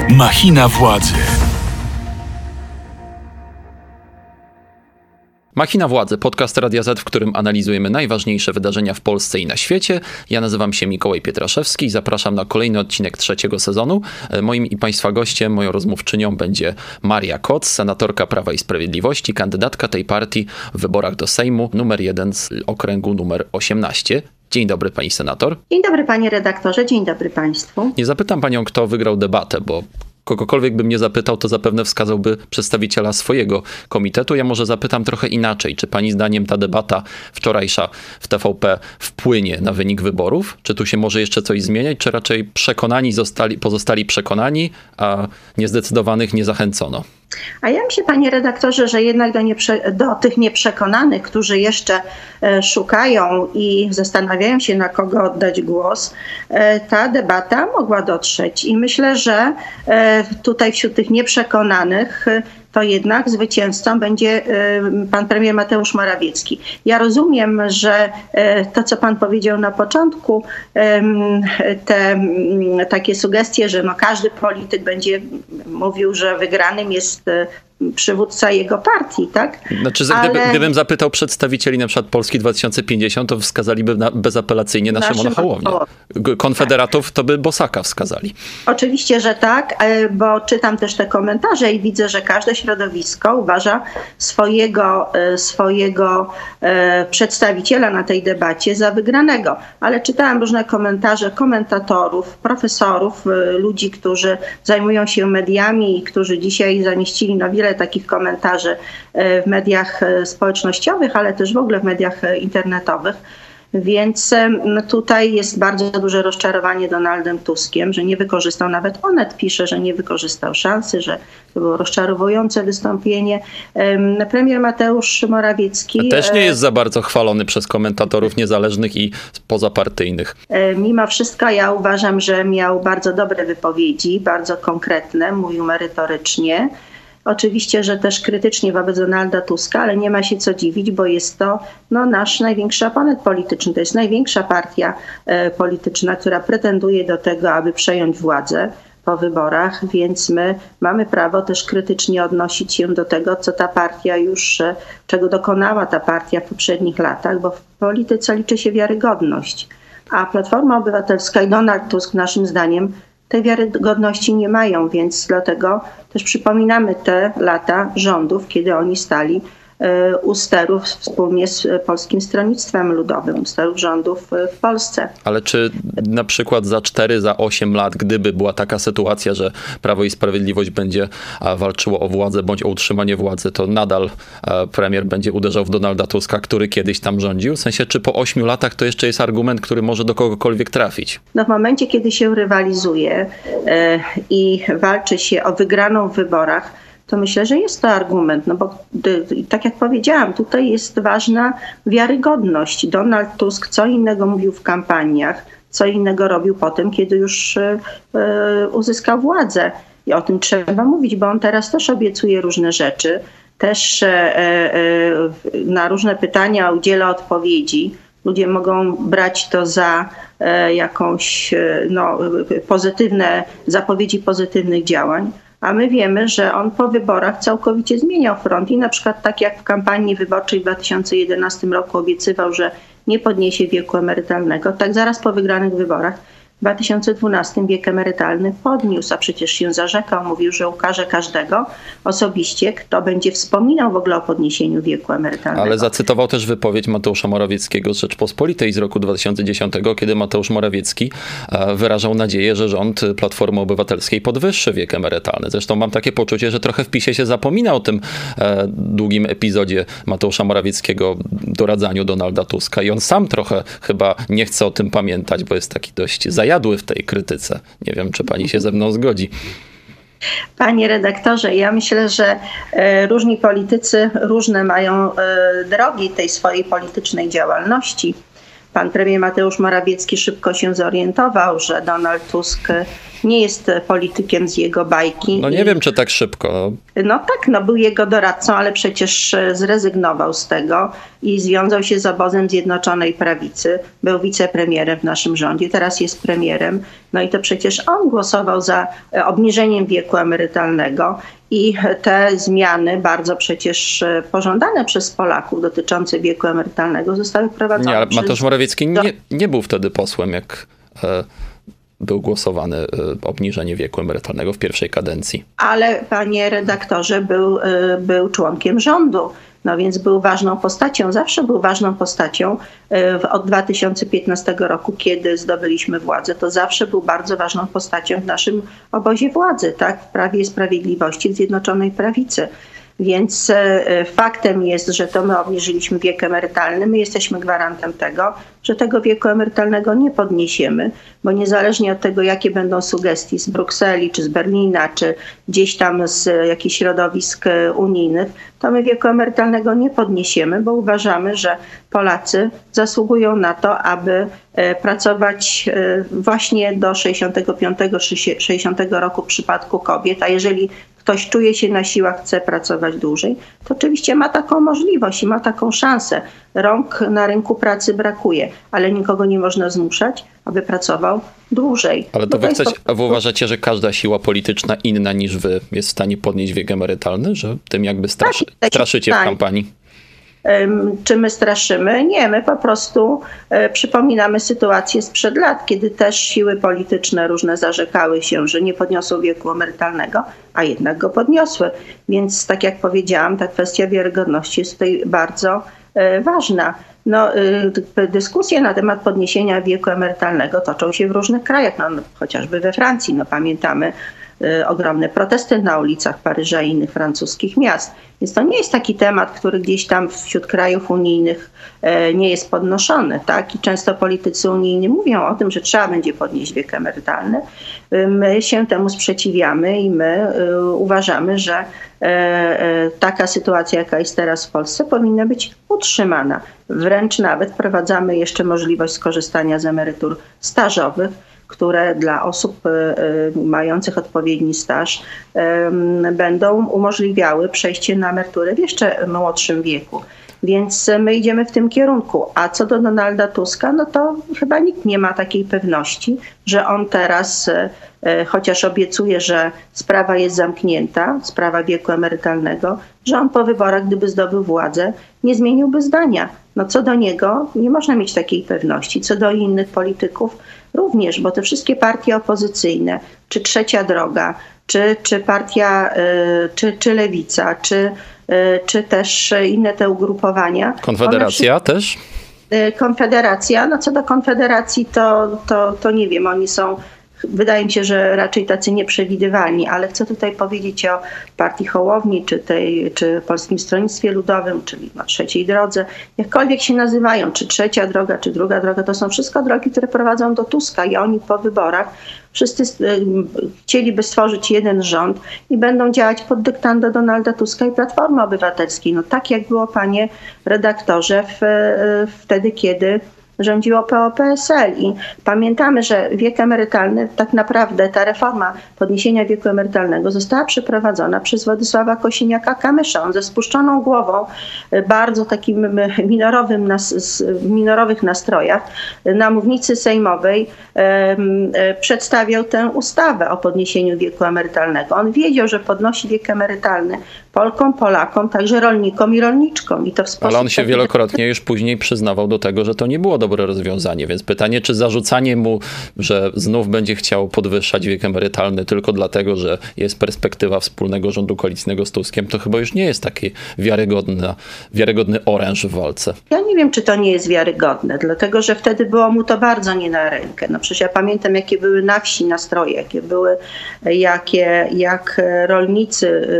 Machina władzy. Machina władzy, podcast Radia Z, w którym analizujemy najważniejsze wydarzenia w Polsce i na świecie. Ja nazywam się Mikołaj Pietraszewski i zapraszam na kolejny odcinek 3. sezonu. Moim i Państwa gościem, moją rozmówczynią będzie Maria Koc, senatorka Prawa i Sprawiedliwości, kandydatka tej partii w wyborach do Sejmu numer 1 z okręgu numer 18. Dzień dobry, pani senator. Dzień dobry, panie redaktorze, dzień dobry państwu. Nie zapytam panią, kto wygrał debatę, bo kogokolwiek bym nie zapytał, to zapewne wskazałby przedstawiciela swojego komitetu. Ja może zapytam trochę inaczej. Czy pani zdaniem ta debata wczorajsza w TVP wpłynie na wynik wyborów? Czy tu się może jeszcze coś zmieniać? Czy raczej przekonani pozostali przekonani, a niezdecydowanych nie zachęcono? A ja myślę, panie redaktorze, że jednak do tych nieprzekonanych, którzy jeszcze szukają i zastanawiają się, na kogo oddać głos, ta debata mogła dotrzeć. I myślę, że tutaj wśród tych nieprzekonanych to jednak zwycięzcą będzie pan premier Mateusz Morawiecki. Ja rozumiem, że to, co pan powiedział na początku, te takie sugestie, że każdy polityk będzie mówił, że wygranym jest przywódca jego partii, tak? Znaczy, gdybym zapytał przedstawicieli na przykład Polski 2050, to wskazaliby bezapelacyjnie na Szymona Hołownię. Konfederatów to by Bosaka wskazali. Oczywiście, że tak, bo czytam też te komentarze i widzę, że każde środowisko uważa swojego przedstawiciela na tej debacie za wygranego. Ale czytałam różne komentarze komentatorów, profesorów, ludzi, którzy zajmują się mediami i którzy dzisiaj zamieścili wiele takich komentarzy w mediach społecznościowych, ale też w ogóle w mediach internetowych. Więc tutaj jest bardzo duże rozczarowanie Donaldem Tuskiem, że nie wykorzystał, nawet Onet pisze, że nie wykorzystał szansy, że to było rozczarowujące wystąpienie. Premier Mateusz Morawiecki też nie jest za bardzo chwalony przez komentatorów niezależnych i pozapartyjnych. Mimo wszystko ja uważam, że miał bardzo dobre wypowiedzi, bardzo konkretne, mówił merytorycznie. Oczywiście, że też krytycznie wobec Donalda Tuska, ale nie ma się co dziwić, bo jest to nasz największy oponent polityczny. To jest największa partia polityczna, która pretenduje do tego, aby przejąć władzę po wyborach, więc my mamy prawo też krytycznie odnosić się do tego, co ta partia czego dokonała ta partia w poprzednich latach, bo w polityce liczy się wiarygodność. A Platforma Obywatelska i Donald Tusk naszym zdaniem tej wiarygodności nie mają, więc dlatego też przypominamy te lata rządów, kiedy oni stali u sterów wspólnie z Polskim Stronnictwem Ludowym, u sterów rządów w Polsce. Ale czy na przykład za 4, za 8 lat, gdyby była taka sytuacja, że Prawo i Sprawiedliwość będzie walczyło o władzę bądź o utrzymanie władzy, to nadal premier będzie uderzał w Donalda Tuska, który kiedyś tam rządził? W sensie, czy po 8 latach to jeszcze jest argument, który może do kogokolwiek trafić? W momencie, kiedy się rywalizuje i walczy się o wygraną w wyborach, to myślę, że jest to argument, bo tak jak powiedziałam, tutaj jest ważna wiarygodność. Donald Tusk co innego mówił w kampaniach, co innego robił potem, kiedy już uzyskał władzę. I o tym trzeba mówić, bo on teraz też obiecuje różne rzeczy, też na różne pytania udziela odpowiedzi. Ludzie mogą brać to za jakąś pozytywne zapowiedzi pozytywnych działań. A my wiemy, że on po wyborach całkowicie zmieniał front i na przykład tak jak w kampanii wyborczej w 2011 roku obiecywał, że nie podniesie wieku emerytalnego, tak zaraz po wygranych wyborach w 2012 wiek emerytalny podniósł, a przecież się zarzekał, mówił, że ukaże każdego osobiście, kto będzie wspominał w ogóle o podniesieniu wieku emerytalnego. Ale zacytował też wypowiedź Mateusza Morawieckiego z Rzeczpospolitej z roku 2010, kiedy Mateusz Morawiecki wyrażał nadzieję, że rząd Platformy Obywatelskiej podwyższy wiek emerytalny. Zresztą mam takie poczucie, że trochę w PiS-ie się zapomina o tym długim epizodzie Mateusza Morawieckiego doradzaniu Donalda Tuska i on sam trochę chyba nie chce o tym pamiętać, bo jest taki dość zajadły w tej krytyce. Nie wiem, czy pani się ze mną zgodzi. Panie redaktorze, ja myślę, że różni politycy różne mają drogi tej swojej politycznej działalności. pan premier Mateusz Morawiecki szybko się zorientował, że Donald Tusk nie jest politykiem z jego bajki. No nie wiem, czy tak szybko. No tak, był jego doradcą, ale przecież zrezygnował z tego i związał się z obozem Zjednoczonej Prawicy. Był wicepremierem w naszym rządzie, teraz jest premierem. No i to przecież on głosował za obniżeniem wieku emerytalnego i te zmiany, bardzo przecież pożądane przez Polaków dotyczące wieku emerytalnego, zostały wprowadzone. Nie, ale Mateusz Morawiecki nie był wtedy posłem, jak był głosowany obniżenie wieku emerytalnego w pierwszej kadencji. Ale, panie redaktorze, był członkiem rządu. No więc był ważną postacią, zawsze był ważną postacią. Od 2015 roku, kiedy zdobyliśmy władzę, to zawsze był bardzo ważną postacią w naszym obozie władzy, tak? W Prawie i Sprawiedliwości, w Zjednoczonej Prawicy. Więc faktem jest, że to my obniżyliśmy wiek emerytalny. My jesteśmy gwarantem tego, że tego wieku emerytalnego nie podniesiemy, bo niezależnie od tego, jakie będą sugestie z Brukseli, czy z Berlina, czy gdzieś tam z jakichś środowisk unijnych, to my wieku emerytalnego nie podniesiemy, bo uważamy, że Polacy zasługują na to, aby pracować właśnie do 65-60 roku w przypadku kobiet, a jeżeli ktoś czuje się na siłach, chce pracować dłużej, to oczywiście ma taką możliwość i ma taką szansę. Rąk na rynku pracy brakuje, ale nikogo nie można zmuszać, aby pracował dłużej. Ale to wy uważacie, że każda siła polityczna inna niż wy jest w stanie podnieść wiek emerytalny, że tym jakby straszycie w kampanii? Czy my straszymy? Nie, my po prostu przypominamy sytuację sprzed lat, kiedy też siły polityczne różne zarzekały się, że nie podniosą wieku emerytalnego, a jednak go podniosły. Więc tak jak powiedziałam, ta kwestia wiarygodności jest tutaj bardzo ważna. Dyskusje na temat podniesienia wieku emerytalnego toczą się w różnych krajach, chociażby we Francji. Pamiętamy ogromne protesty na ulicach Paryża i innych francuskich miast. Więc to nie jest taki temat, który gdzieś tam wśród krajów unijnych nie jest podnoszony, tak? I często politycy unijni mówią o tym, że trzeba będzie podnieść wiek emerytalny. My się temu sprzeciwiamy i my uważamy, że taka sytuacja, jaka jest teraz w Polsce, powinna być utrzymana. Wręcz nawet wprowadzamy jeszcze możliwość skorzystania z emerytur stażowych, które dla osób mających odpowiedni staż będą umożliwiały przejście na emeryturę w jeszcze młodszym wieku. Więc my idziemy w tym kierunku. A co do Donalda Tuska, to chyba nikt nie ma takiej pewności, że on teraz, chociaż obiecuje, że sprawa jest zamknięta, sprawa wieku emerytalnego, że on po wyborach, gdyby zdobył władzę, nie zmieniłby zdania. Co do niego nie można mieć takiej pewności. Co do innych polityków również, bo te wszystkie partie opozycyjne, czy Trzecia Droga, czy partia, czy Lewica, czy też inne te ugrupowania. Konfederacja też? Konfederacja, co do Konfederacji to nie wiem, oni są, wydaje mi się, że raczej tacy nieprzewidywalni, ale chcę tutaj powiedzieć o partii Hołowni, czy Polskim Stronnictwie Ludowym, czyli Trzeciej Drodze, jakkolwiek się nazywają, czy Trzecia Droga, czy Druga Droga, to są wszystko drogi, które prowadzą do Tuska i oni po wyborach wszyscy chcieliby stworzyć jeden rząd i będą działać pod dyktando Donalda Tuska i Platformy Obywatelskiej. Tak jak było, panie redaktorze, wtedy, kiedy rządziło PO-PSL i pamiętamy, że wiek emerytalny, tak naprawdę ta reforma podniesienia wieku emerytalnego została przeprowadzona przez Władysława Kosiniaka-Kamysza. On ze spuszczoną głową, bardzo takim minorowych nastrojach na mównicy sejmowej przedstawiał tę ustawę o podniesieniu wieku emerytalnego. On wiedział, że podnosi wiek emerytalny Polkom, Polakom, także rolnikom i rolniczkom. I to w sposób Ale on się wielokrotnie już później przyznawał do tego, że to nie było dobre rozwiązanie, więc pytanie, czy zarzucanie mu, że znów będzie chciał podwyższać wiek emerytalny tylko dlatego, że jest perspektywa wspólnego rządu koalicyjnego z Tuskiem, to chyba już nie jest taki wiarygodny oręż w walce. Ja nie wiem, czy to nie jest wiarygodne, dlatego że wtedy było mu to bardzo nie na rękę. Przecież ja pamiętam, jakie były na wsi nastroje, jakie były, jak rolnicy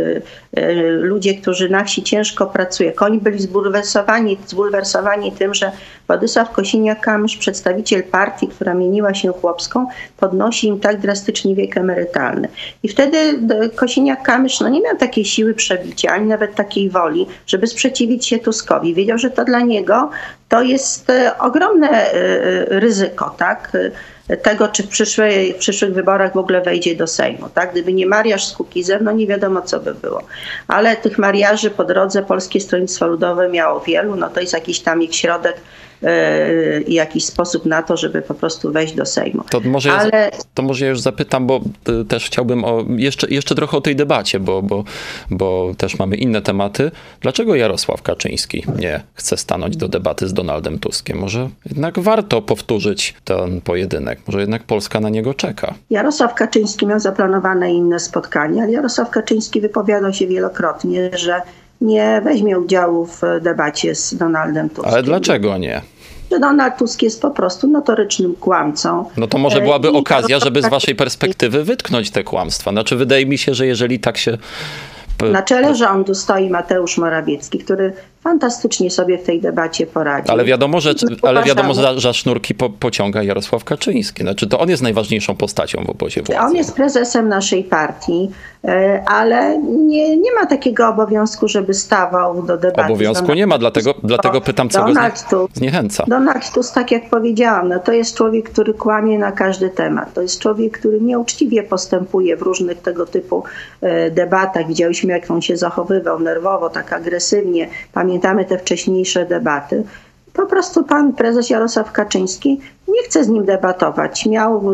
ludzie, którzy na wsi ciężko pracują. Oni byli zbulwersowani tym, że Władysław Kosiniak-Kamysz, przedstawiciel partii, która mieniła się Chłopską, podnosi im tak drastycznie wiek emerytalny. I wtedy Kosiniak-Kamysz nie miał takiej siły przebicia, ani nawet takiej woli, żeby sprzeciwić się Tuskowi. Wiedział, że to dla niego to jest ogromne ryzyko, tak? Tego, czy w przyszłych wyborach w ogóle wejdzie do Sejmu. Tak? Gdyby nie mariaż z Kukizem, nie wiadomo, co by było. Ale tych mariaży po drodze Polskie Stronnictwo Ludowe miało wielu. To jest jakiś tam ich środek i jakiś sposób na to, żeby po prostu wejść do Sejmu. To może ja już zapytam, bo też chciałbym jeszcze trochę o tej debacie, bo też mamy inne tematy. Dlaczego Jarosław Kaczyński nie chce stanąć do debaty z Donaldem Tuskiem? Może jednak warto powtórzyć ten pojedynek? Może jednak Polska na niego czeka? Jarosław Kaczyński miał zaplanowane inne spotkanie, ale Jarosław Kaczyński wypowiadał się wielokrotnie, że nie weźmie udziału w debacie z Donaldem Tuskiem. Ale dlaczego nie? Że Donald Tusk jest po prostu notorycznym kłamcą. To może byłaby okazja, żeby z waszej perspektywy wytknąć te kłamstwa. Wydaje mi się, że jeżeli tak się... Na czele rządu stoi Mateusz Morawiecki, który fantastycznie sobie w tej debacie poradził. Ale wiadomo, że za sznurki pociąga Jarosław Kaczyński. To on jest najważniejszą postacią w obozie władzy. On jest prezesem naszej partii, ale nie ma takiego obowiązku, żeby stawał do debaty. Obowiązku nie ma, dlatego pytam, co go zniechęca. Donald Tusk, tak jak powiedziałam, to jest człowiek, który kłamie na każdy temat. To jest człowiek, który nieuczciwie postępuje w różnych tego typu debatach. Widzieliśmy, jak on się zachowywał nerwowo, tak agresywnie. Pamiętamy te wcześniejsze debaty. Po prostu pan prezes Jarosław Kaczyński nie chce z nim debatować. Miał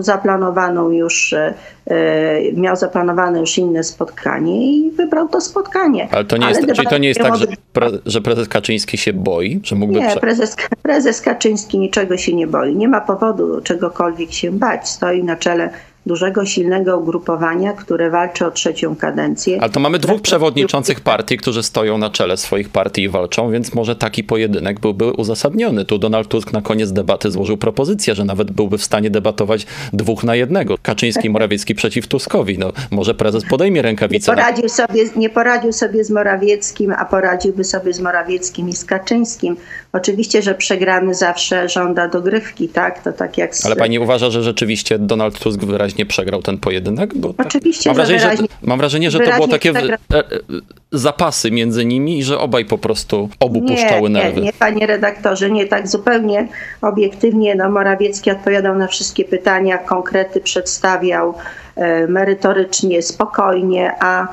zaplanowane już inne spotkanie i wybrał to spotkanie. Ale to nie jest tak, że prezes Kaczyński się boi, że mógłby... Nie, prezes Kaczyński niczego się nie boi. Nie ma powodu czegokolwiek się bać. Stoi na czele dużego, silnego ugrupowania, które walczy o trzecią kadencję. Ale to mamy dwóch przewodniczących partii, którzy stoją na czele swoich partii i walczą, więc może taki pojedynek byłby uzasadniony. Tu Donald Tusk na koniec debaty złożył propozycję, że nawet byłby w stanie debatować 2 na 1. Kaczyński i Morawiecki przeciw Tuskowi. Może prezes podejmie rękawicę. Nie poradził sobie z Morawieckim, a poradziłby sobie z Morawieckim i z Kaczyńskim. Oczywiście, że przegrany zawsze żąda dogrywki, tak? To tak jak Ale pani uważa, że rzeczywiście Donald Tusk wyraźnie przegrał ten pojedynek? Bo oczywiście, mam wrażenie, że to było takie zapasy między nimi i że obaj po prostu puszczały nerwy. Nie, panie redaktorze, nie tak zupełnie obiektywnie. Morawiecki odpowiadał na wszystkie pytania, konkrety przedstawiał merytorycznie, spokojnie, a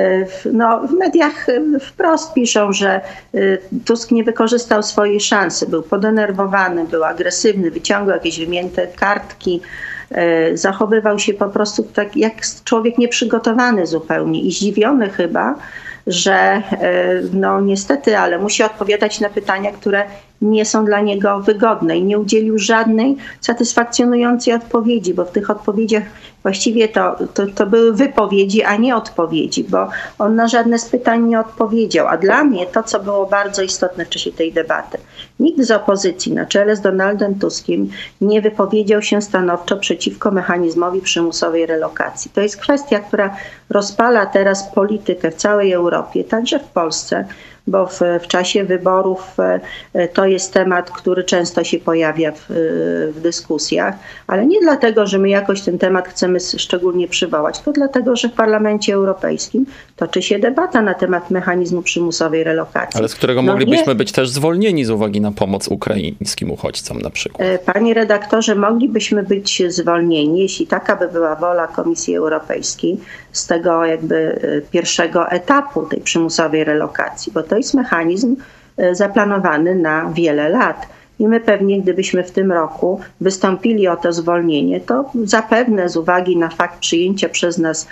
w mediach wprost piszą, że Tusk nie wykorzystał swojej szansy. Był podenerwowany, był agresywny, wyciągał jakieś wymięte kartki, zachowywał się po prostu tak jak człowiek nieprzygotowany zupełnie i zdziwiony chyba, że niestety, ale musi odpowiadać na pytania, które nie są dla niego wygodne i nie udzielił żadnej satysfakcjonującej odpowiedzi, bo w tych odpowiedziach właściwie to były wypowiedzi, a nie odpowiedzi, bo on na żadne z pytań nie odpowiedział. A dla mnie to, co było bardzo istotne w czasie tej debaty, nikt z opozycji na czele z Donaldem Tuskiem nie wypowiedział się stanowczo przeciwko mechanizmowi przymusowej relokacji. To jest kwestia, która rozpala teraz politykę w całej Europie, także w Polsce, bo w czasie wyborów to jest temat, który często się pojawia w dyskusjach, ale nie dlatego, że my jakoś ten temat chcemy szczególnie przywołać, tylko dlatego, że w Parlamencie Europejskim toczy się debata na temat mechanizmu przymusowej relokacji. Ale z którego moglibyśmy być też zwolnieni z uwagi na pomoc ukraińskim uchodźcom na przykład. Panie redaktorze, moglibyśmy być zwolnieni, jeśli taka by była wola Komisji Europejskiej z tego jakby pierwszego etapu tej przymusowej relokacji, bo to jest mechanizm zaplanowany na wiele lat. I my pewnie, gdybyśmy w tym roku wystąpili o to zwolnienie, to zapewne z uwagi na fakt przyjęcia przez nas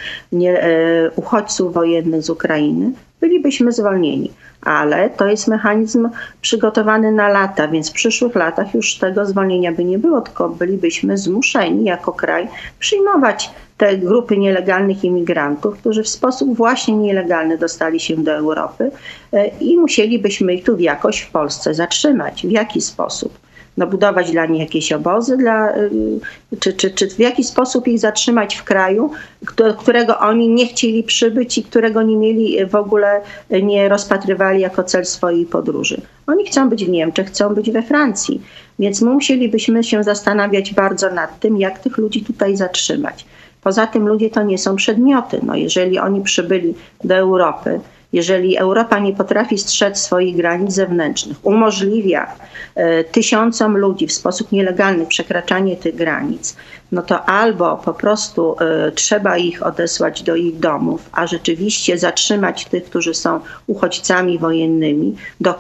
uchodźców wojennych z Ukrainy, bylibyśmy zwolnieni. Ale to jest mechanizm przygotowany na lata, więc w przyszłych latach już tego zwolnienia by nie było, tylko bylibyśmy zmuszeni jako kraj przyjmować te grupy nielegalnych imigrantów, którzy w sposób właśnie nielegalny dostali się do Europy i musielibyśmy ich tu jakoś w Polsce zatrzymać. W jaki sposób? budować dla nich jakieś obozy, czy w jaki sposób ich zatrzymać w kraju, do którego oni nie chcieli przybyć i którego nie mieli w ogóle, nie rozpatrywali jako cel swojej podróży. Oni chcą być w Niemczech, chcą być we Francji, więc musielibyśmy się zastanawiać bardzo nad tym, jak tych ludzi tutaj zatrzymać. Poza tym ludzie to nie są przedmioty. Jeżeli oni przybyli do Europy, jeżeli Europa nie potrafi strzec swoich granic zewnętrznych, umożliwia tysiącom ludzi w sposób nielegalny przekraczanie tych granic, no to albo po prostu trzeba ich odesłać do ich domów, a rzeczywiście zatrzymać tych, którzy są uchodźcami wojennymi,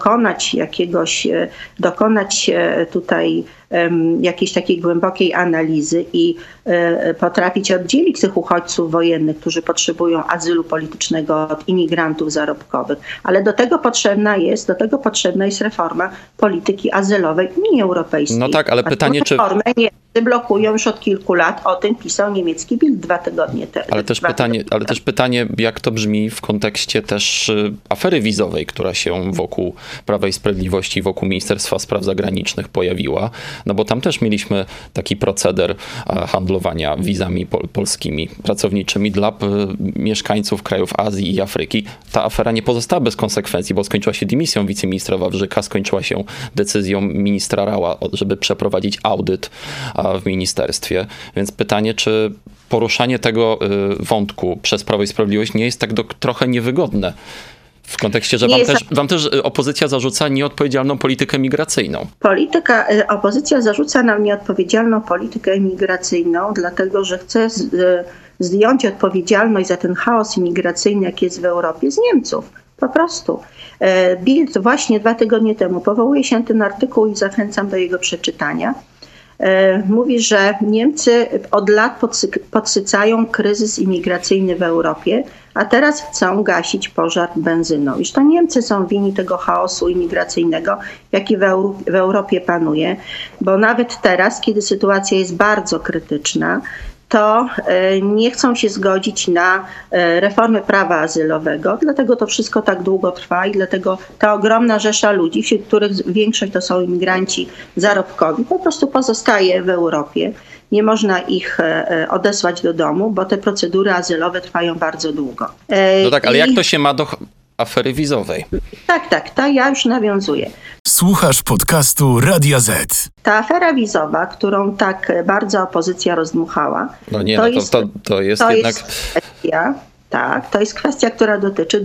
dokonać tutaj jakiejś takiej głębokiej analizy i potrafić oddzielić tych uchodźców wojennych, którzy potrzebują azylu politycznego od imigrantów zarobkowych. Ale do tego potrzebna jest reforma polityki azylowej Unii Europejskiej. No tak, ale pytanie, czy... Niemcy blokują już od kilku lat, o tym pisał niemiecki Bild 2 tygodnie temu. Ale też pytanie, jak to brzmi w kontekście też afery wizowej, która się wokół Prawa i Sprawiedliwości, wokół Ministerstwa Spraw Zagranicznych pojawiła, no bo tam też mieliśmy taki proceder handlowania wizami polskimi, pracowniczymi dla mieszkańców krajów Azji i Afryki. Ta afera nie pozostała bez konsekwencji, bo skończyła się dymisją wiceministra Wawrzyka, skończyła się decyzją ministra Rała, żeby przeprowadzić audyt w ministerstwie. Więc pytanie, czy poruszanie tego wątku przez Prawo i Sprawiedliwość nie jest tak trochę niewygodne? W kontekście, że wam też opozycja zarzuca nieodpowiedzialną politykę migracyjną. Opozycja zarzuca nam nieodpowiedzialną politykę imigracyjną, dlatego że chce zdjąć odpowiedzialność za ten chaos imigracyjny, jaki jest w Europie, z Niemców. Po prostu. Bild właśnie 2 tygodnie temu powołuje się na ten artykuł i zachęcam do jego przeczytania. Mówi, że Niemcy od lat podsycają kryzys imigracyjny w Europie, a teraz chcą gasić pożar benzyną. Iż to Niemcy są winni tego chaosu imigracyjnego, jaki w Europie panuje, bo nawet teraz, kiedy sytuacja jest bardzo krytyczna, to nie chcą się zgodzić na reformę prawa azylowego. Dlatego to wszystko tak długo trwa i dlatego ta ogromna rzesza ludzi, wśród których większość to są imigranci zarobkowi, po prostu pozostaje w Europie. Nie można ich odesłać do domu, bo te procedury azylowe trwają bardzo długo. No tak, ale jak to się ma do afery wizowej? Tak, ja już nawiązuję. Słuchasz podcastu Radia Z. Ta afera wizowa, którą tak bardzo opozycja rozdmuchała, to jest jednak... To jest kwestia, która dotyczy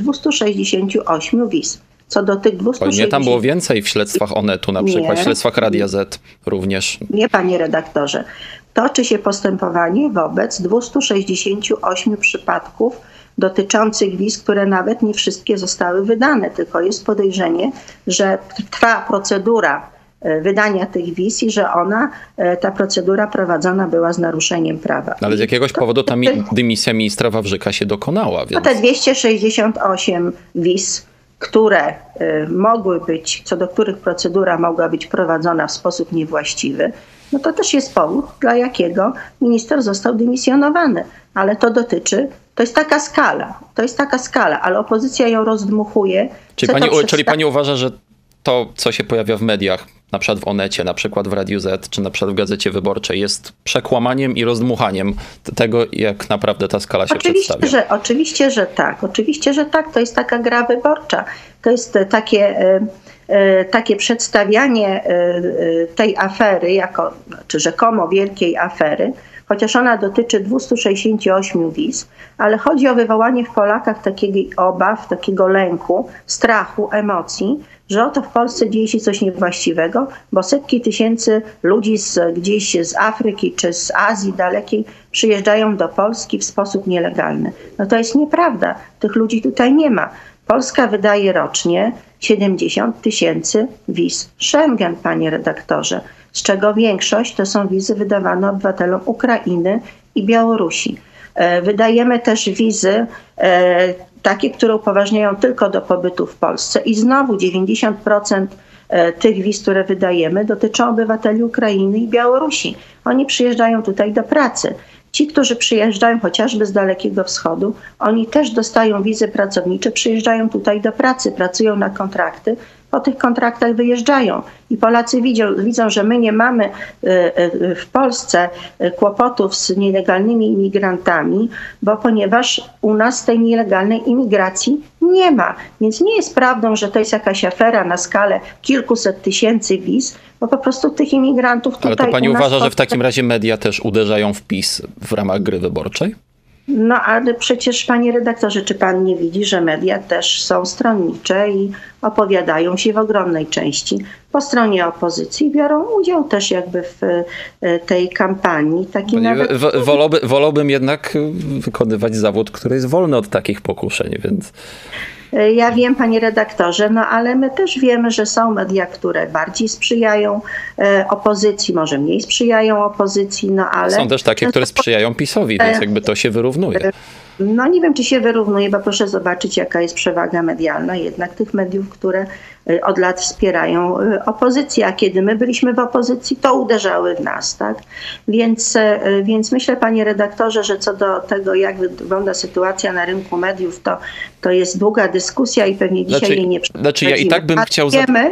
268 wiz. Co do tych 260... Nie, tam było więcej w śledztwach Onetu, na przykład w śledztwach Radia Z również. Nie, panie redaktorze. Toczy się postępowanie wobec 268 przypadków dotyczących wiz, które nawet nie wszystkie zostały wydane, tylko jest podejrzenie, że trwa procedura wydania tych wiz i że ta procedura prowadzona była z naruszeniem prawa. Ale z jakiegoś powodu ta dymisja ministra Wawrzyka się dokonała. Więc... Te 268 wiz, które mogły być, co do których procedura mogła być prowadzona w sposób niewłaściwy, no to też jest powód, dla jakiego minister został dymisjonowany. Ale to jest taka skala, ale opozycja ją rozdmuchuje. Czyli pani uważa, że to, co się pojawia w mediach, na przykład w Onecie, na przykład w Radiu Z, czy na przykład w Gazecie Wyborczej, jest przekłamaniem i rozdmuchaniem tego, jak naprawdę ta skala się przedstawia? Oczywiście, że tak. To jest taka gra wyborcza. To jest takie przedstawianie tej afery czy rzekomo wielkiej afery, chociaż ona dotyczy 268 wiz, ale chodzi o wywołanie w Polakach takiej obaw, takiego lęku, strachu, emocji, że oto w Polsce dzieje się coś niewłaściwego, bo setki tysięcy ludzi gdzieś z Afryki czy z Azji dalekiej przyjeżdżają do Polski w sposób nielegalny. No to jest nieprawda. Tych ludzi tutaj nie ma. Polska wydaje rocznie 70 000 wiz Schengen, panie redaktorze, z czego większość to są wizy wydawane obywatelom Ukrainy i Białorusi. Wydajemy też wizy takie, które upoważniają tylko do pobytu w Polsce i znowu 90% tych wiz, które wydajemy, dotyczą obywateli Ukrainy i Białorusi. Oni przyjeżdżają tutaj do pracy. Ci, którzy przyjeżdżają chociażby z Dalekiego Wschodu, oni też dostają wizy pracownicze, przyjeżdżają tutaj do pracy, pracują na kontrakty po tych kontraktach wyjeżdżają. I Polacy widzą, że my nie mamy w Polsce kłopotów z nielegalnymi imigrantami, ponieważ u nas tej nielegalnej imigracji nie ma. Więc nie jest prawdą, że to jest jakaś afera na skalę kilkuset tysięcy wiz, bo po prostu tych imigrantów tutaj... Ale to pani uważa, że w takim razie media też uderzają w PiS w ramach gry wyborczej? No ale przecież, panie redaktorze, czy pan nie widzi, że media też są stronnicze i opowiadają się w ogromnej części po stronie opozycji, biorą udział też jakby w tej kampanii. Wolałbym jednak wykonywać zawód, który jest wolny od takich pokuszeń, więc... Ja wiem, panie redaktorze, ale my też wiemy, że są media, które bardziej sprzyjają opozycji, może mniej sprzyjają opozycji, ale... Są też takie, które sprzyjają PiS-owi, więc jakby to się wyrównuje. No nie wiem, czy się wyrównuje, bo proszę zobaczyć, jaka jest przewaga medialna jednak tych mediów, które od lat wspierają opozycję, a kiedy my byliśmy w opozycji, to uderzały w nas, tak? Więc myślę, panie redaktorze, że co do tego, jak wygląda sytuacja na rynku mediów, to jest długa dyskusja i pewnie dzisiaj jej nie przeprowadzimy. Ja i tak bym chciał...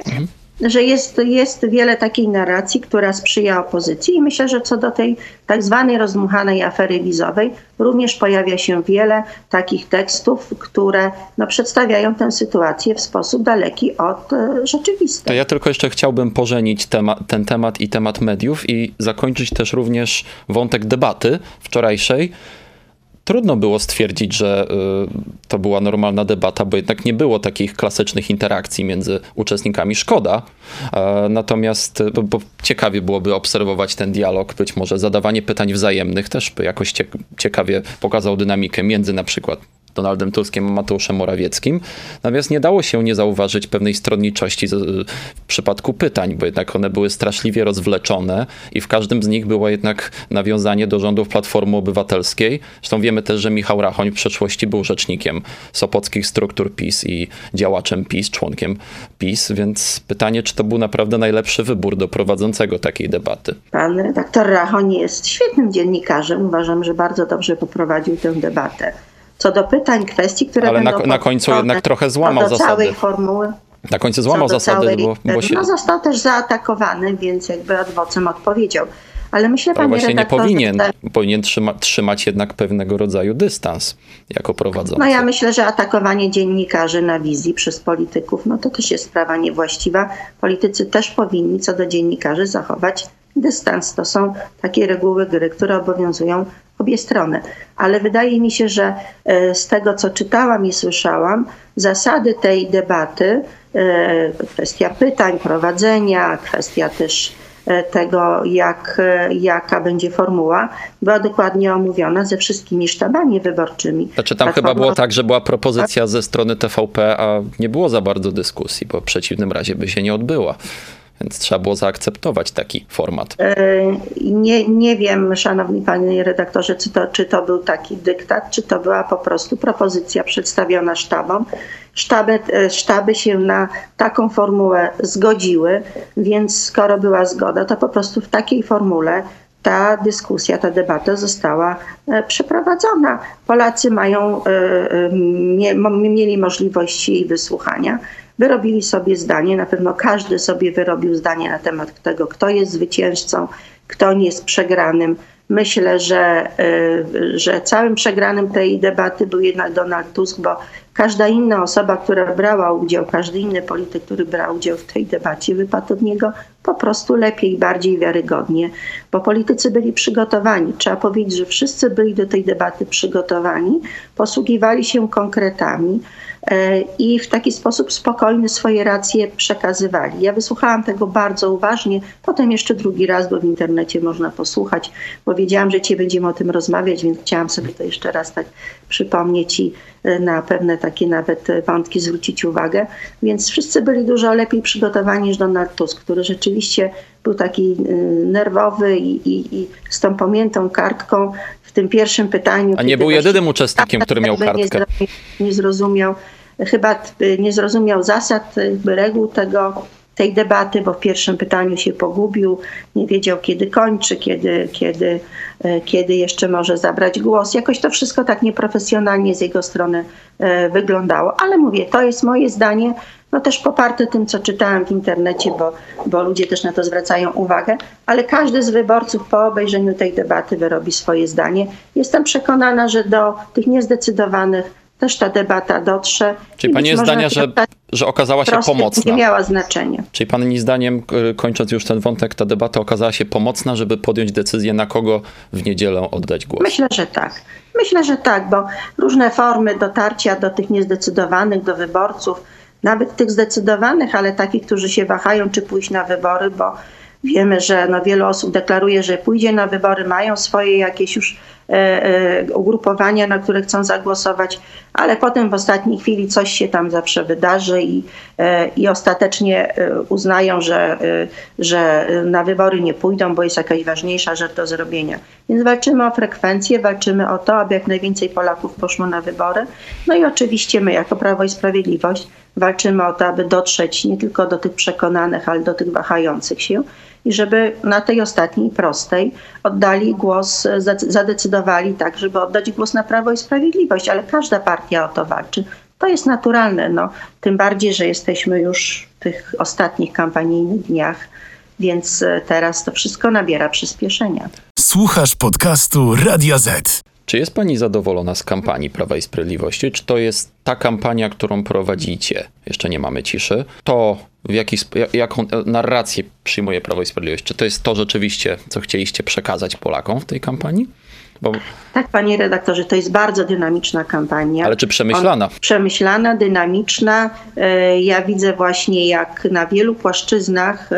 że jest wiele takiej narracji, która sprzyja opozycji i myślę, że co do tej tak zwanej rozdmuchanej afery wizowej również pojawia się wiele takich tekstów, które przedstawiają tę sytuację w sposób daleki od rzeczywistej. To ja tylko jeszcze chciałbym pożenić ten temat i temat mediów i zakończyć też również wątek debaty wczorajszej. Trudno było stwierdzić, że to była normalna debata, bo jednak nie było takich klasycznych interakcji między uczestnikami. Szkoda. Natomiast bo ciekawie byłoby obserwować ten dialog. Być może zadawanie pytań wzajemnych też by jakoś ciekawie pokazał dynamikę między na przykład Donaldem Tuskiem a Mateuszem Morawieckim. Natomiast nie dało się nie zauważyć pewnej stronniczości w przypadku pytań, bo jednak one były straszliwie rozwleczone i w każdym z nich było jednak nawiązanie do rządów Platformy Obywatelskiej. Zresztą wiemy też, że Michał Rachoń w przeszłości był rzecznikiem sopockich struktur PiS i działaczem PiS, członkiem PiS, więc pytanie, czy to był naprawdę najlepszy wybór do prowadzącego takiej debaty. Pan redaktor Rachoń jest świetnym dziennikarzem. Uważam, że bardzo dobrze poprowadził tę debatę. Co do pytań, kwestii, które ale będą... na końcu jednak trochę złamał zasady. Całej formuły. Na końcu złamał zasady, bo się... został też zaatakowany, więc jakby adwocem odpowiedział. Ale myślę, panie redaktorze... właśnie nie powinien trzymać jednak pewnego rodzaju dystans jako prowadzący. No ja myślę, że atakowanie dziennikarzy na wizji przez polityków, to też jest sprawa niewłaściwa. Politycy też powinni co do dziennikarzy zachować dystans. To są takie reguły gry, które obowiązują obie strony. Ale wydaje mi się, że z tego, co czytałam i słyszałam, zasady tej debaty, kwestia pytań, prowadzenia, kwestia też tego, jaka będzie formuła, była dokładnie omówiona ze wszystkimi sztabami wyborczymi. Znaczy tam chyba było tak, że była propozycja ze strony TVP, a nie było za bardzo dyskusji, bo w przeciwnym razie by się nie odbyła. Więc trzeba było zaakceptować taki format. Nie wiem, szanowni panie redaktorze, czy to był taki dyktat, czy to była po prostu propozycja przedstawiona sztabom. Sztaby się na taką formułę zgodziły, więc skoro była zgoda, to po prostu w takiej formule ta dyskusja, ta debata została przeprowadzona. Polacy mieli możliwość jej wysłuchania. Wyrobili sobie zdanie, na pewno każdy sobie wyrobił zdanie na temat tego, kto jest zwycięzcą, kto nie jest przegranym. Myślę, że całym przegranym tej debaty był jednak Donald Tusk, bo każda inna osoba, która brała udział, każdy inny polityk, który brał udział w tej debacie, wypadł od niego po prostu lepiej, bardziej wiarygodnie, bo politycy byli przygotowani. Trzeba powiedzieć, że wszyscy byli do tej debaty przygotowani, posługiwali się konkretami i w taki sposób spokojny swoje racje przekazywali. Ja wysłuchałam tego bardzo uważnie, potem jeszcze drugi raz, bo w internecie można posłuchać, bo wiedziałam, że dzisiaj będziemy o tym rozmawiać, więc chciałam sobie to jeszcze raz tak przypomnieć i na pewne takie nawet wątki zwrócić uwagę. Więc wszyscy byli dużo lepiej przygotowani niż Donald Tusk, który rzeczywiście był taki nerwowy i z tą pomiętą kartką w tym pierwszym pytaniu. A nie był jedynym uczestnikiem, który miał kartkę. Nie zrozumiał zasad, reguł tej debaty, bo w pierwszym pytaniu się pogubił, nie wiedział kiedy kończy, kiedy jeszcze może zabrać głos. Jakoś to wszystko tak nieprofesjonalnie z jego strony wyglądało. Ale mówię, to jest moje zdanie. no też poparte tym, co czytałam w internecie, bo ludzie też na to zwracają uwagę, ale każdy z wyborców po obejrzeniu tej debaty wyrobi swoje zdanie. Jestem przekonana, że do tych niezdecydowanych też ta debata dotrze. Czyli pani jest zdania, że okazała się pomocna. Nie miała znaczenia. Czyli pani zdaniem, kończąc już ten wątek, ta debata okazała się pomocna, żeby podjąć decyzję, na kogo w niedzielę oddać głos? Myślę, że tak, bo różne formy dotarcia do tych niezdecydowanych, do wyborców, nawet tych zdecydowanych, ale takich, którzy się wahają, czy pójść na wybory, bo wiemy, że wiele osób deklaruje, że pójdzie na wybory, mają swoje jakieś już ugrupowania, na które chcą zagłosować, ale potem w ostatniej chwili coś się tam zawsze wydarzy i ostatecznie uznają, że na wybory nie pójdą, bo jest jakaś ważniejsza rzecz do zrobienia. Więc walczymy o frekwencję, walczymy o to, aby jak najwięcej Polaków poszło na wybory. No i oczywiście my jako Prawo i Sprawiedliwość walczymy o to, aby dotrzeć nie tylko do tych przekonanych, ale do tych wahających się i żeby na tej ostatniej prostej oddali głos, zadecydowali tak, żeby oddać głos na Prawo i Sprawiedliwość, ale każda partia o to walczy. To jest naturalne, tym bardziej, że jesteśmy już w tych ostatnich kampanijnych dniach, więc teraz to wszystko nabiera przyspieszenia. Słuchasz podcastu Radia Z. Czy jest pani zadowolona z kampanii Prawa i Sprawiedliwości? Czy to jest ta kampania, którą prowadzicie? Jeszcze nie mamy ciszy. To jaką narrację przyjmuje Prawo i Sprawiedliwość? Czy to jest to rzeczywiście, co chcieliście przekazać Polakom w tej kampanii? Tak, panie redaktorze, to jest bardzo dynamiczna kampania. Ale czy przemyślana? Przemyślana, dynamiczna. Ja widzę właśnie, jak na wielu płaszczyznach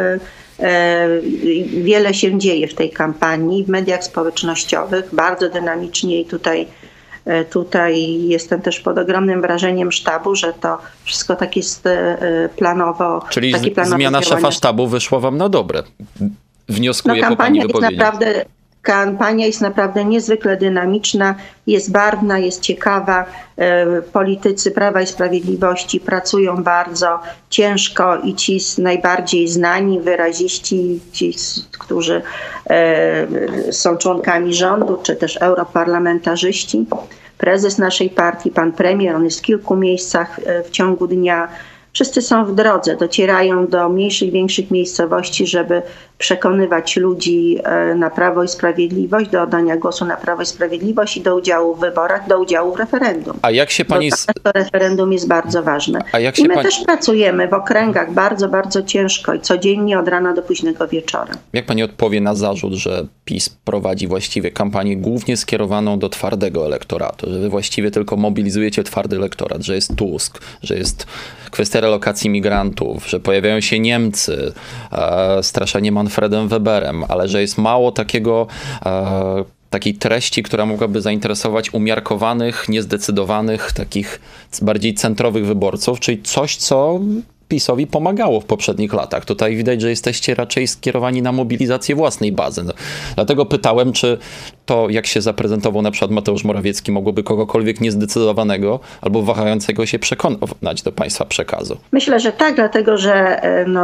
wiele się dzieje w tej kampanii, w mediach społecznościowych, bardzo dynamicznie i tutaj jestem też pod ogromnym wrażeniem sztabu, że to wszystko tak jest planowo. Czyli zmiana szefa sztabu wyszła wam na dobre. Wnioskuję po pani wypowiedzi. Kampania jest naprawdę niezwykle dynamiczna, jest barwna, jest ciekawa. Politycy Prawa i Sprawiedliwości pracują bardzo ciężko i ci najbardziej znani, wyraziści, ci, którzy są członkami rządu, czy też europarlamentarzyści. Prezes naszej partii, pan premier, on jest w kilku miejscach w ciągu dnia. Wszyscy są w drodze, docierają do mniejszych, większych miejscowości, żeby przekonywać ludzi na Prawo i Sprawiedliwość, do oddania głosu na Prawo i Sprawiedliwość i do udziału w wyborach, do udziału w referendum. A jak się pani... To referendum jest bardzo ważne. I my też pracujemy w okręgach bardzo, bardzo ciężko i codziennie od rana do późnego wieczora. Jak pani odpowie na zarzut, że PiS prowadzi właściwie kampanię głównie skierowaną do twardego elektoratu, że wy właściwie tylko mobilizujecie twardy elektorat, że jest Tusk, że jest kwestia relokacji migrantów, że pojawiają się Niemcy, straszenie Manfredem Weberem, ale że jest mało takiej treści, która mogłaby zainteresować umiarkowanych, niezdecydowanych, takich bardziej centrowych wyborców, czyli coś, co PiS-owi pomagało w poprzednich latach. Tutaj widać, że jesteście raczej skierowani na mobilizację własnej bazy. Dlatego pytałem, czy to, jak się zaprezentował na przykład Mateusz Morawiecki, mogłoby kogokolwiek niezdecydowanego albo wahającego się przekonać do państwa przekazu. Myślę, że tak, dlatego że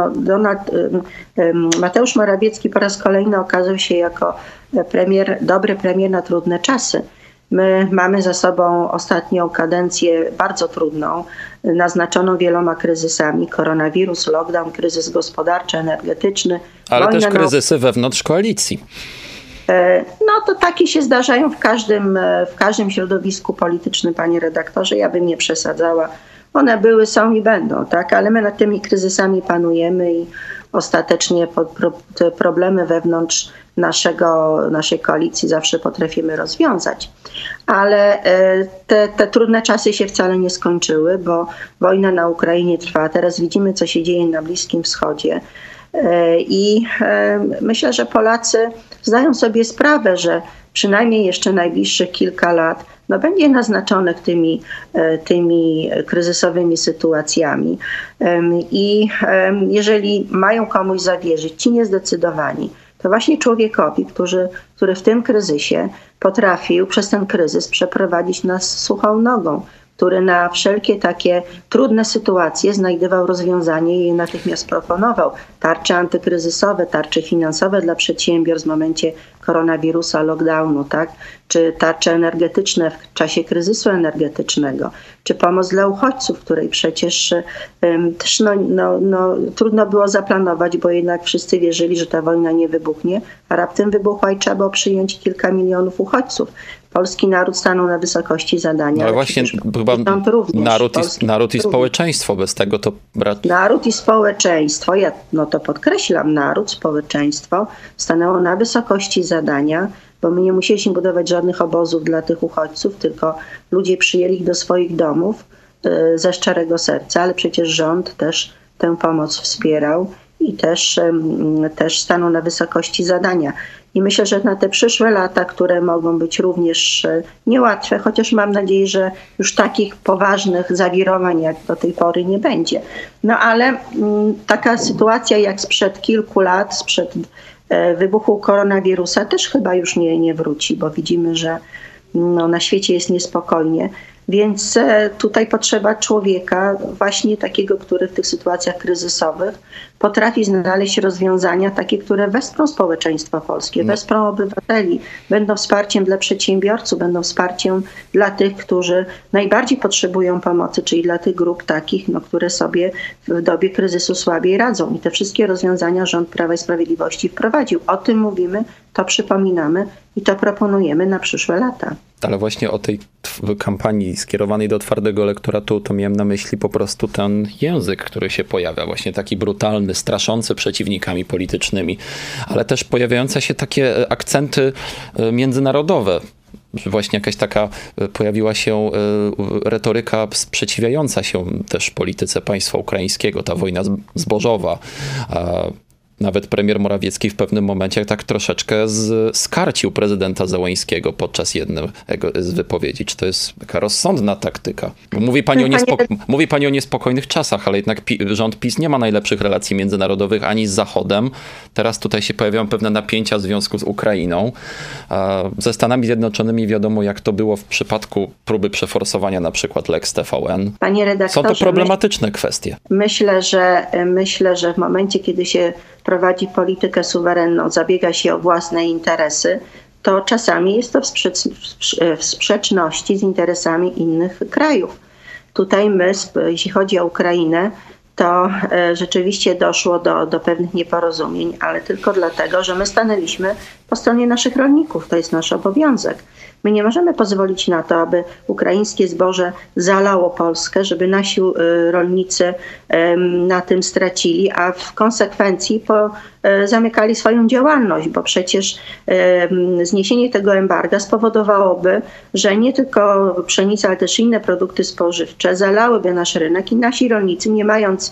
Mateusz Morawiecki po raz kolejny okazał się jako dobry premier na trudne czasy. My mamy za sobą ostatnią kadencję bardzo trudną, naznaczoną wieloma kryzysami. Koronawirus, lockdown, kryzys gospodarczy, energetyczny. Ale też kryzysy wewnątrz koalicji. To takie się zdarzają w każdym środowisku politycznym, panie redaktorze. Ja bym nie przesadzała. One były, są i będą, tak? Ale my nad tymi kryzysami panujemy i ostatecznie te problemy wewnątrz naszej koalicji zawsze potrafimy rozwiązać. Ale te trudne czasy się wcale nie skończyły, bo wojna na Ukrainie trwa. Teraz widzimy, co się dzieje na Bliskim Wschodzie. I myślę, że Polacy zdają sobie sprawę, że przynajmniej jeszcze najbliższych kilka lat będzie naznaczonych tymi kryzysowymi sytuacjami. I jeżeli mają komuś zawierzyć, ci niezdecydowani, to właśnie człowiekowi, który w tym kryzysie potrafił przez ten kryzys przeprowadzić nas suchą nogą, który na wszelkie takie trudne sytuacje znajdował rozwiązanie i je natychmiast proponował. Tarcze antykryzysowe, tarcze finansowe dla przedsiębiorstw w momencie koronawirusa, lockdownu, tak? Czy tarcze energetyczne w czasie kryzysu energetycznego, czy pomoc dla uchodźców, której przecież też trudno było zaplanować, bo jednak wszyscy wierzyli, że ta wojna nie wybuchnie, a raptem wybuchła i trzeba było przyjąć kilka milionów uchodźców. Polski naród stanął na wysokości zadania. No właśnie, chyba naród i społeczeństwo, bez tego to... Naród i społeczeństwo, ja to podkreślam, naród, społeczeństwo stanęło na wysokości zadania, bo my nie musieliśmy budować żadnych obozów dla tych uchodźców, tylko ludzie przyjęli ich do swoich domów ze szczerego serca, ale przecież rząd też tę pomoc wspierał i też stanął na wysokości zadania. I myślę, że na te przyszłe lata, które mogą być również niełatwe, chociaż mam nadzieję, że już takich poważnych zawirowań jak do tej pory nie będzie. No ale taka sytuacja jak sprzed kilku lat, sprzed wybuchu koronawirusa też chyba już nie wróci, bo widzimy, że na świecie jest niespokojnie. Więc tutaj potrzeba człowieka właśnie takiego, który w tych sytuacjach kryzysowych potrafi znaleźć rozwiązania takie, które wesprą społeczeństwo polskie, wesprą obywateli, będą wsparciem dla przedsiębiorców, będą wsparciem dla tych, którzy najbardziej potrzebują pomocy, czyli dla tych grup takich, które sobie w dobie kryzysu słabiej radzą. I te wszystkie rozwiązania rząd Prawa i Sprawiedliwości wprowadził. O tym mówimy, to przypominamy i to proponujemy na przyszłe lata. Ale właśnie o tej kampanii skierowanej do twardego elektoratu to miałem na myśli po prostu ten język, który się pojawia, właśnie taki brutalny, straszący przeciwnikami politycznymi, ale też pojawiające się takie akcenty międzynarodowe. Właśnie jakaś taka pojawiła się retoryka sprzeciwiająca się też polityce państwa ukraińskiego, ta wojna zbożowa. Nawet premier Morawiecki w pewnym momencie tak troszeczkę skarcił prezydenta Zełeńskiego podczas jednej z wypowiedzi. Czy to jest taka rozsądna taktyka? Bo mówi pani o niespokojnych czasach, ale jednak rząd PiS nie ma najlepszych relacji międzynarodowych ani z Zachodem. Teraz tutaj się pojawiają pewne napięcia w związku z Ukrainą. Ze Stanami Zjednoczonymi wiadomo, jak to było w przypadku próby przeforsowania na przykład Lex TVN. Panie redaktorze, są to problematyczne kwestie. Myślę, że w momencie, kiedy się prowadzi politykę suwerenną, zabiega się o własne interesy, to czasami jest to w sprzeczności z interesami innych krajów. Tutaj jeśli chodzi o Ukrainę, to rzeczywiście doszło do pewnych nieporozumień, ale tylko dlatego, że my stanęliśmy po stronie naszych rolników. To jest nasz obowiązek. My nie możemy pozwolić na to, aby ukraińskie zboże zalało Polskę, żeby nasi rolnicy na tym stracili, a w konsekwencji zamykali swoją działalność, bo przecież zniesienie tego embarga spowodowałoby, że nie tylko pszenica, ale też inne produkty spożywcze zalałyby nasz rynek i nasi rolnicy, nie mając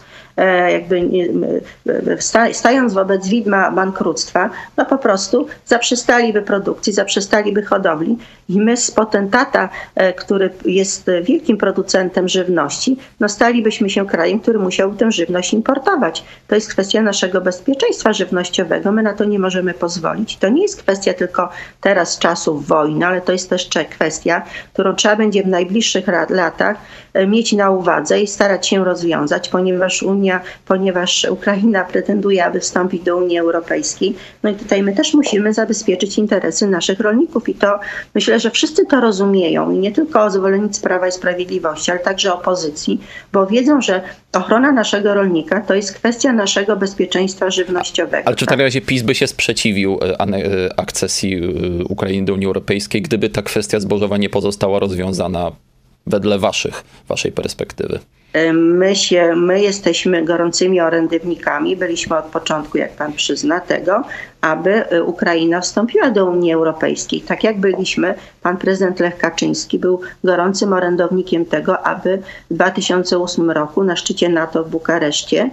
stając wobec widma bankructwa, po prostu zaprzestaliby produkcji, zaprzestaliby hodowli i my z potentata, który jest wielkim producentem żywności, stalibyśmy się krajem, który musiał tę żywność importować. To jest kwestia naszego bezpieczeństwa żywnościowego. My na to nie możemy pozwolić. To nie jest kwestia tylko teraz czasów wojny, ale to jest też kwestia, którą trzeba będzie w najbliższych latach mieć na uwadze i starać się rozwiązać, ponieważ Ukraina pretenduje, aby wstąpić do Unii Europejskiej. I tutaj my też musimy zabezpieczyć interesy naszych rolników i to myślę, że wszyscy to rozumieją i nie tylko zwolennicy Prawa i Sprawiedliwości, ale także opozycji, bo wiedzą, że ochrona naszego rolnika to jest kwestia naszego bezpieczeństwa żywnościowego. Ale czy w takim razie PiS by się sprzeciwił akcesji Ukrainy do Unii Europejskiej, gdyby ta kwestia zbożowa nie pozostała rozwiązana wedle waszej perspektywy? My jesteśmy gorącymi orędownikami, byliśmy od początku, jak pan przyzna, tego, aby Ukraina wstąpiła do Unii Europejskiej. Tak jak byliśmy, pan prezydent Lech Kaczyński był gorącym orędownikiem tego, aby w 2008 roku na szczycie NATO w Bukareszcie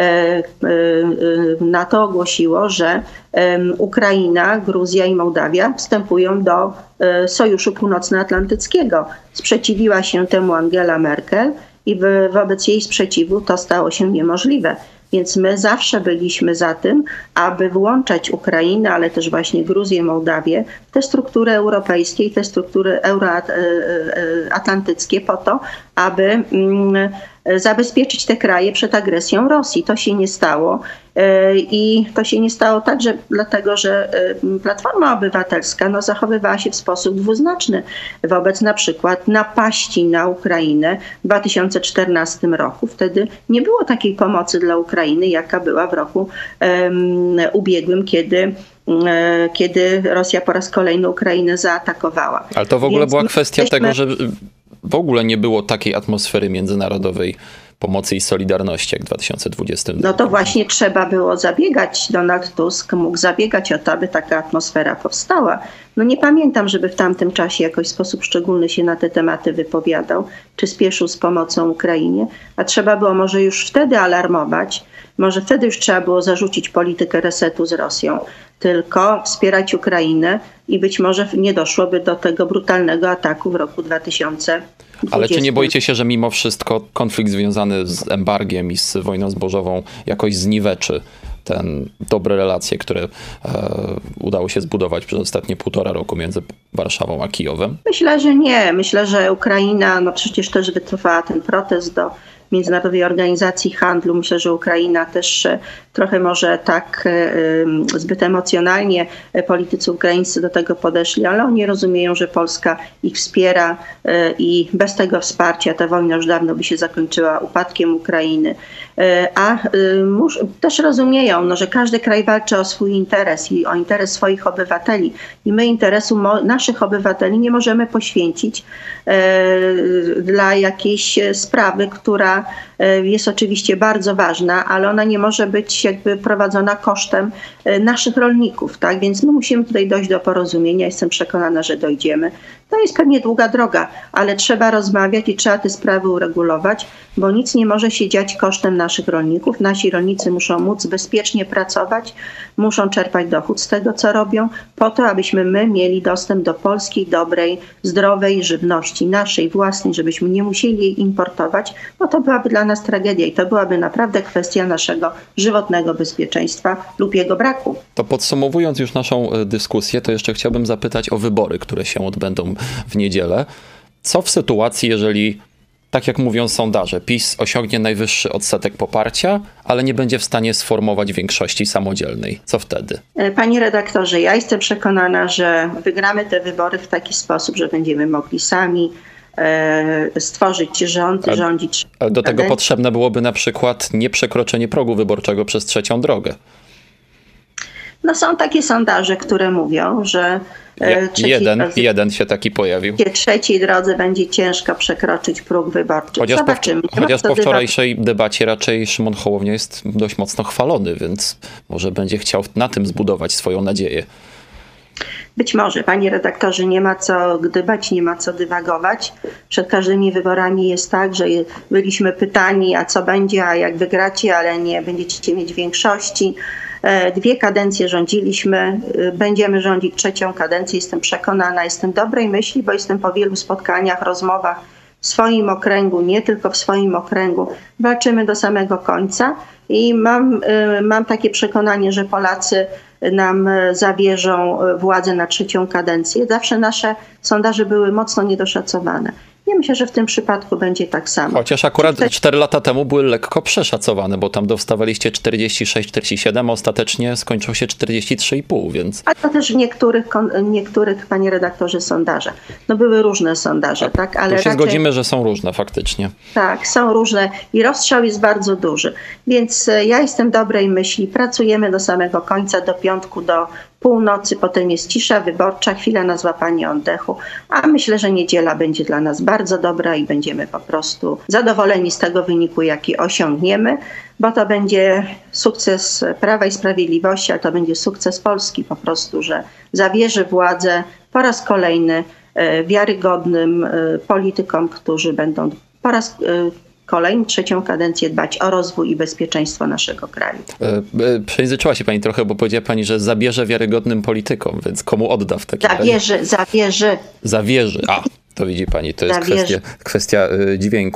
NATO ogłosiło, że Ukraina, Gruzja i Mołdawia wstępują do Sojuszu Północnoatlantyckiego. Sprzeciwiła się temu Angela Merkel i wobec jej sprzeciwu to stało się niemożliwe. Więc my zawsze byliśmy za tym, aby włączać Ukrainę, ale też właśnie Gruzję, Mołdawię w te struktury europejskie i te struktury euroatlantyckie po to, aby zabezpieczyć te kraje przed agresją Rosji. To się nie stało. I to się nie stało także dlatego, że Platforma Obywatelska zachowywała się w sposób dwuznaczny wobec na przykład napaści na Ukrainę w 2014 roku. Wtedy nie było takiej pomocy dla Ukrainy, jaka była w roku ubiegłym, kiedy Rosja po raz kolejny Ukrainę zaatakowała. Ale to w ogóle była kwestia tego, że w ogóle nie było takiej atmosfery międzynarodowej pomocy i solidarności jak w 2020 roku. No to właśnie trzeba było zabiegać. Donald Tusk mógł zabiegać o to, aby taka atmosfera powstała. Nie pamiętam, żeby w tamtym czasie jakoś w sposób szczególny się na te tematy wypowiadał, czy spieszył z pomocą Ukrainie, a trzeba było może już wtedy alarmować, może wtedy już trzeba było zarzucić politykę resetu z Rosją, tylko wspierać Ukrainę i być może nie doszłoby do tego brutalnego ataku w roku 2020. Ale czy nie boicie się, że mimo wszystko konflikt związany z embargiem i z wojną zbożową jakoś zniweczy te dobre relacje, które udało się zbudować przez ostatnie 1,5 roku między Warszawą a Kijowem? Myślę, że nie. Myślę, że Ukraina przecież też wycofała ten protest do Międzynarodowej Organizacji Handlu. Myślę, że Ukraina też trochę może tak zbyt emocjonalnie politycy ukraińscy do tego podeszli, ale oni rozumieją, że Polska ich wspiera i bez tego wsparcia ta wojna już dawno by się zakończyła upadkiem Ukrainy. A też rozumieją, że każdy kraj walczy o swój interes i o interes swoich obywateli. I my interesu naszych obywateli nie możemy poświęcić dla jakiejś sprawy, która jest oczywiście bardzo ważna, ale ona nie może być jakby prowadzona kosztem naszych rolników, tak? Więc my musimy tutaj dojść do porozumienia. Jestem przekonana, że dojdziemy. To jest pewnie długa droga, ale trzeba rozmawiać i trzeba te sprawy uregulować, bo nic nie może się dziać kosztem naszych rolników. Nasi rolnicy muszą móc bezpiecznie pracować, muszą czerpać dochód z tego, co robią, po to, abyśmy my mieli dostęp do polskiej, dobrej, zdrowej żywności, naszej własnej, żebyśmy nie musieli jej importować, bo to byłaby dla nas tragedia i to byłaby naprawdę kwestia naszego żywotnego bezpieczeństwa lub jego braku. To podsumowując już naszą dyskusję, to jeszcze chciałbym zapytać o wybory, które się odbędą w niedzielę. Co w sytuacji, jeżeli, tak jak mówią sondaże, PiS osiągnie najwyższy odsetek poparcia, ale nie będzie w stanie sformować większości samodzielnej? Co wtedy? Panie redaktorze, ja jestem przekonana, że wygramy te wybory w taki sposób, że będziemy mogli sami stworzyć rząd, rządzić. Ale do tego potrzebne byłoby na przykład nieprzekroczenie progu wyborczego przez trzecią drogę. Są takie sondaże, które mówią, że jeden się taki pojawił. W trzeciej drodze będzie ciężko przekroczyć próg wyborczy. Zobaczymy. Chociaż po wczorajszej debacie raczej Szymon Hołownia jest dość mocno chwalony, więc może będzie chciał na tym zbudować swoją nadzieję. Być może, panie redaktorze, nie ma co gdybać, nie ma co dywagować. Przed każdymi wyborami jest tak, że byliśmy pytani, a co będzie, a jak wygracie, ale nie będziecie mieć większości. 2 kadencje rządziliśmy, będziemy rządzić 3. kadencję, jestem przekonana, jestem dobrej myśli, bo jestem po wielu spotkaniach, rozmowach w swoim okręgu, nie tylko w swoim okręgu. Walczymy do samego końca i mam takie przekonanie, że Polacy nam zawierzą władzę na 3. kadencję. Zawsze nasze sondaże były mocno niedoszacowane. Ja myślę, że w tym przypadku będzie tak samo. Chociaż akurat 4 lata temu były lekko przeszacowane, bo tam dostawaliście 46-47, a ostatecznie skończyło się 43,5, więc... A to też w niektórych, panie redaktorze, sondażach. Były różne sondaże, tak? Ale się zgodzimy, że są różne faktycznie. Tak, są różne i rozstrzał jest bardzo duży. Więc ja jestem dobrej myśli, pracujemy do samego końca, do piątku, do północy, potem jest cisza wyborcza, chwila na złapanie oddechu, a myślę, że niedziela będzie dla nas bardzo dobra i będziemy po prostu zadowoleni z tego wyniku, jaki osiągniemy, bo to będzie sukces Prawa i Sprawiedliwości, ale to będzie sukces Polski po prostu, że zawierzy władzę po raz kolejny wiarygodnym politykom, którzy będą po raz kolejny 3. kadencję dbać o rozwój i bezpieczeństwo naszego kraju. Przejęzyczyła się pani trochę, bo powiedziała pani, że zabierze wiarygodnym politykom, więc komu odda w takim razie? Zawierzy. Zawierzy. To widzi pani, to jest kwestia dźwięku.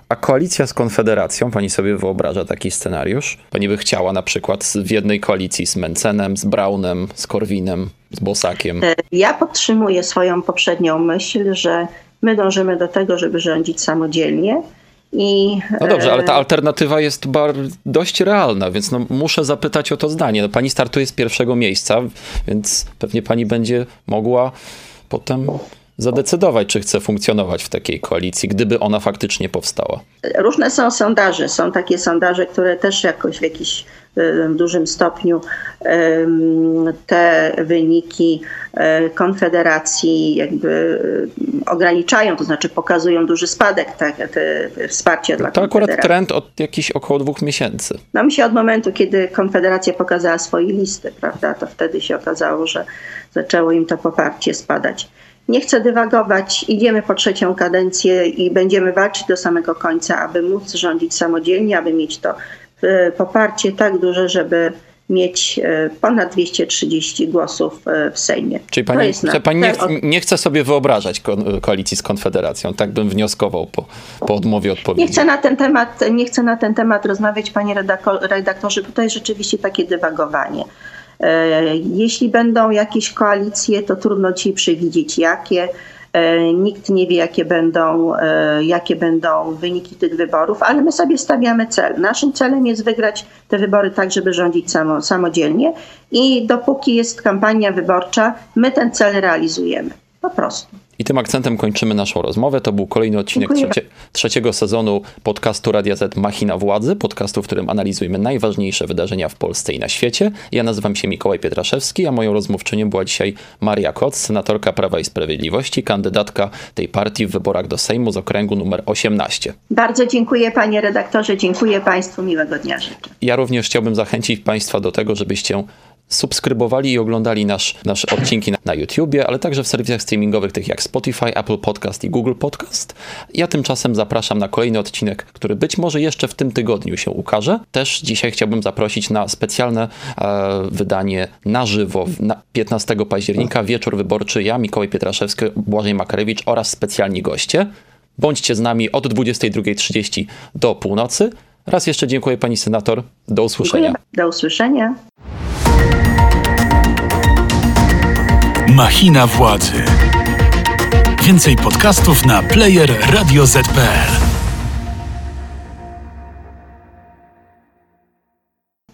A koalicja z Konfederacją, pani sobie wyobraża taki scenariusz? Pani by chciała na przykład w jednej koalicji z Mencenem, z Braunem, z Korwinem, z Bosakiem? Ja podtrzymuję swoją poprzednią myśl, że my dążymy do tego, żeby rządzić samodzielnie. No dobrze, ale ta alternatywa jest dość realna, więc muszę zapytać o to zdanie. Pani startuje z pierwszego miejsca, więc pewnie pani będzie mogła potem zadecydować, czy chce funkcjonować w takiej koalicji, gdyby ona faktycznie powstała. Różne są sondaże. Są takie sondaże, które też jakoś w jakimś dużym stopniu te wyniki Konfederacji jakby ograniczają, to znaczy pokazują duży spadek wsparcia dla Konfederacji. To akurat trend od jakichś około 2 miesięcy. No mi się od momentu, kiedy Konfederacja pokazała swoje listy, prawda, to wtedy się okazało, że zaczęło im to poparcie spadać. Nie chcę dywagować, idziemy po 3. kadencję i będziemy walczyć do samego końca, aby móc rządzić samodzielnie, aby mieć to poparcie tak duże, żeby mieć ponad 230 głosów w Sejmie. Czyli pani nie chce sobie wyobrażać koalicji z Konfederacją, tak bym wnioskował po odmowie odpowiedzi. Nie chcę na ten temat rozmawiać, panie redaktorze, tutaj rzeczywiście takie dywagowanie. Jeśli będą jakieś koalicje, to trudno ci przewidzieć jakie. Nikt nie wie, jakie będą wyniki tych wyborów, ale my sobie stawiamy cel. Naszym celem jest wygrać te wybory tak, żeby rządzić samodzielnie i dopóki jest kampania wyborcza, my ten cel realizujemy. Po prostu. I tym akcentem kończymy naszą rozmowę. To był kolejny odcinek trzeciego sezonu podcastu Radia Z Machina Władzy, podcastu, w którym analizujemy najważniejsze wydarzenia w Polsce i na świecie. Ja nazywam się Mikołaj Pietraszewski, a moją rozmówczynią była dzisiaj Maria Koc, senatorka Prawa i Sprawiedliwości, kandydatka tej partii w wyborach do Sejmu z okręgu numer 18. Bardzo dziękuję, panie redaktorze, dziękuję państwu, miłego dnia życzę. Ja również chciałbym zachęcić państwa do tego, żebyście subskrybowali i oglądali nasze odcinki na YouTubie, ale także w serwisach streamingowych tych jak Spotify, Apple Podcast i Google Podcast. Ja tymczasem zapraszam na kolejny odcinek, który być może jeszcze w tym tygodniu się ukaże. Też dzisiaj chciałbym zaprosić na specjalne wydanie na żywo 15 października, wieczór wyborczy. Ja, Mikołaj Pietraszewski, Błażej Makarewicz oraz specjalni goście. Bądźcie z nami od 22:30 do północy. Raz jeszcze dziękuję pani senator. Do usłyszenia. Dziękuję. Do usłyszenia. Machina Władzy. Więcej podcastów na player radioz.pl.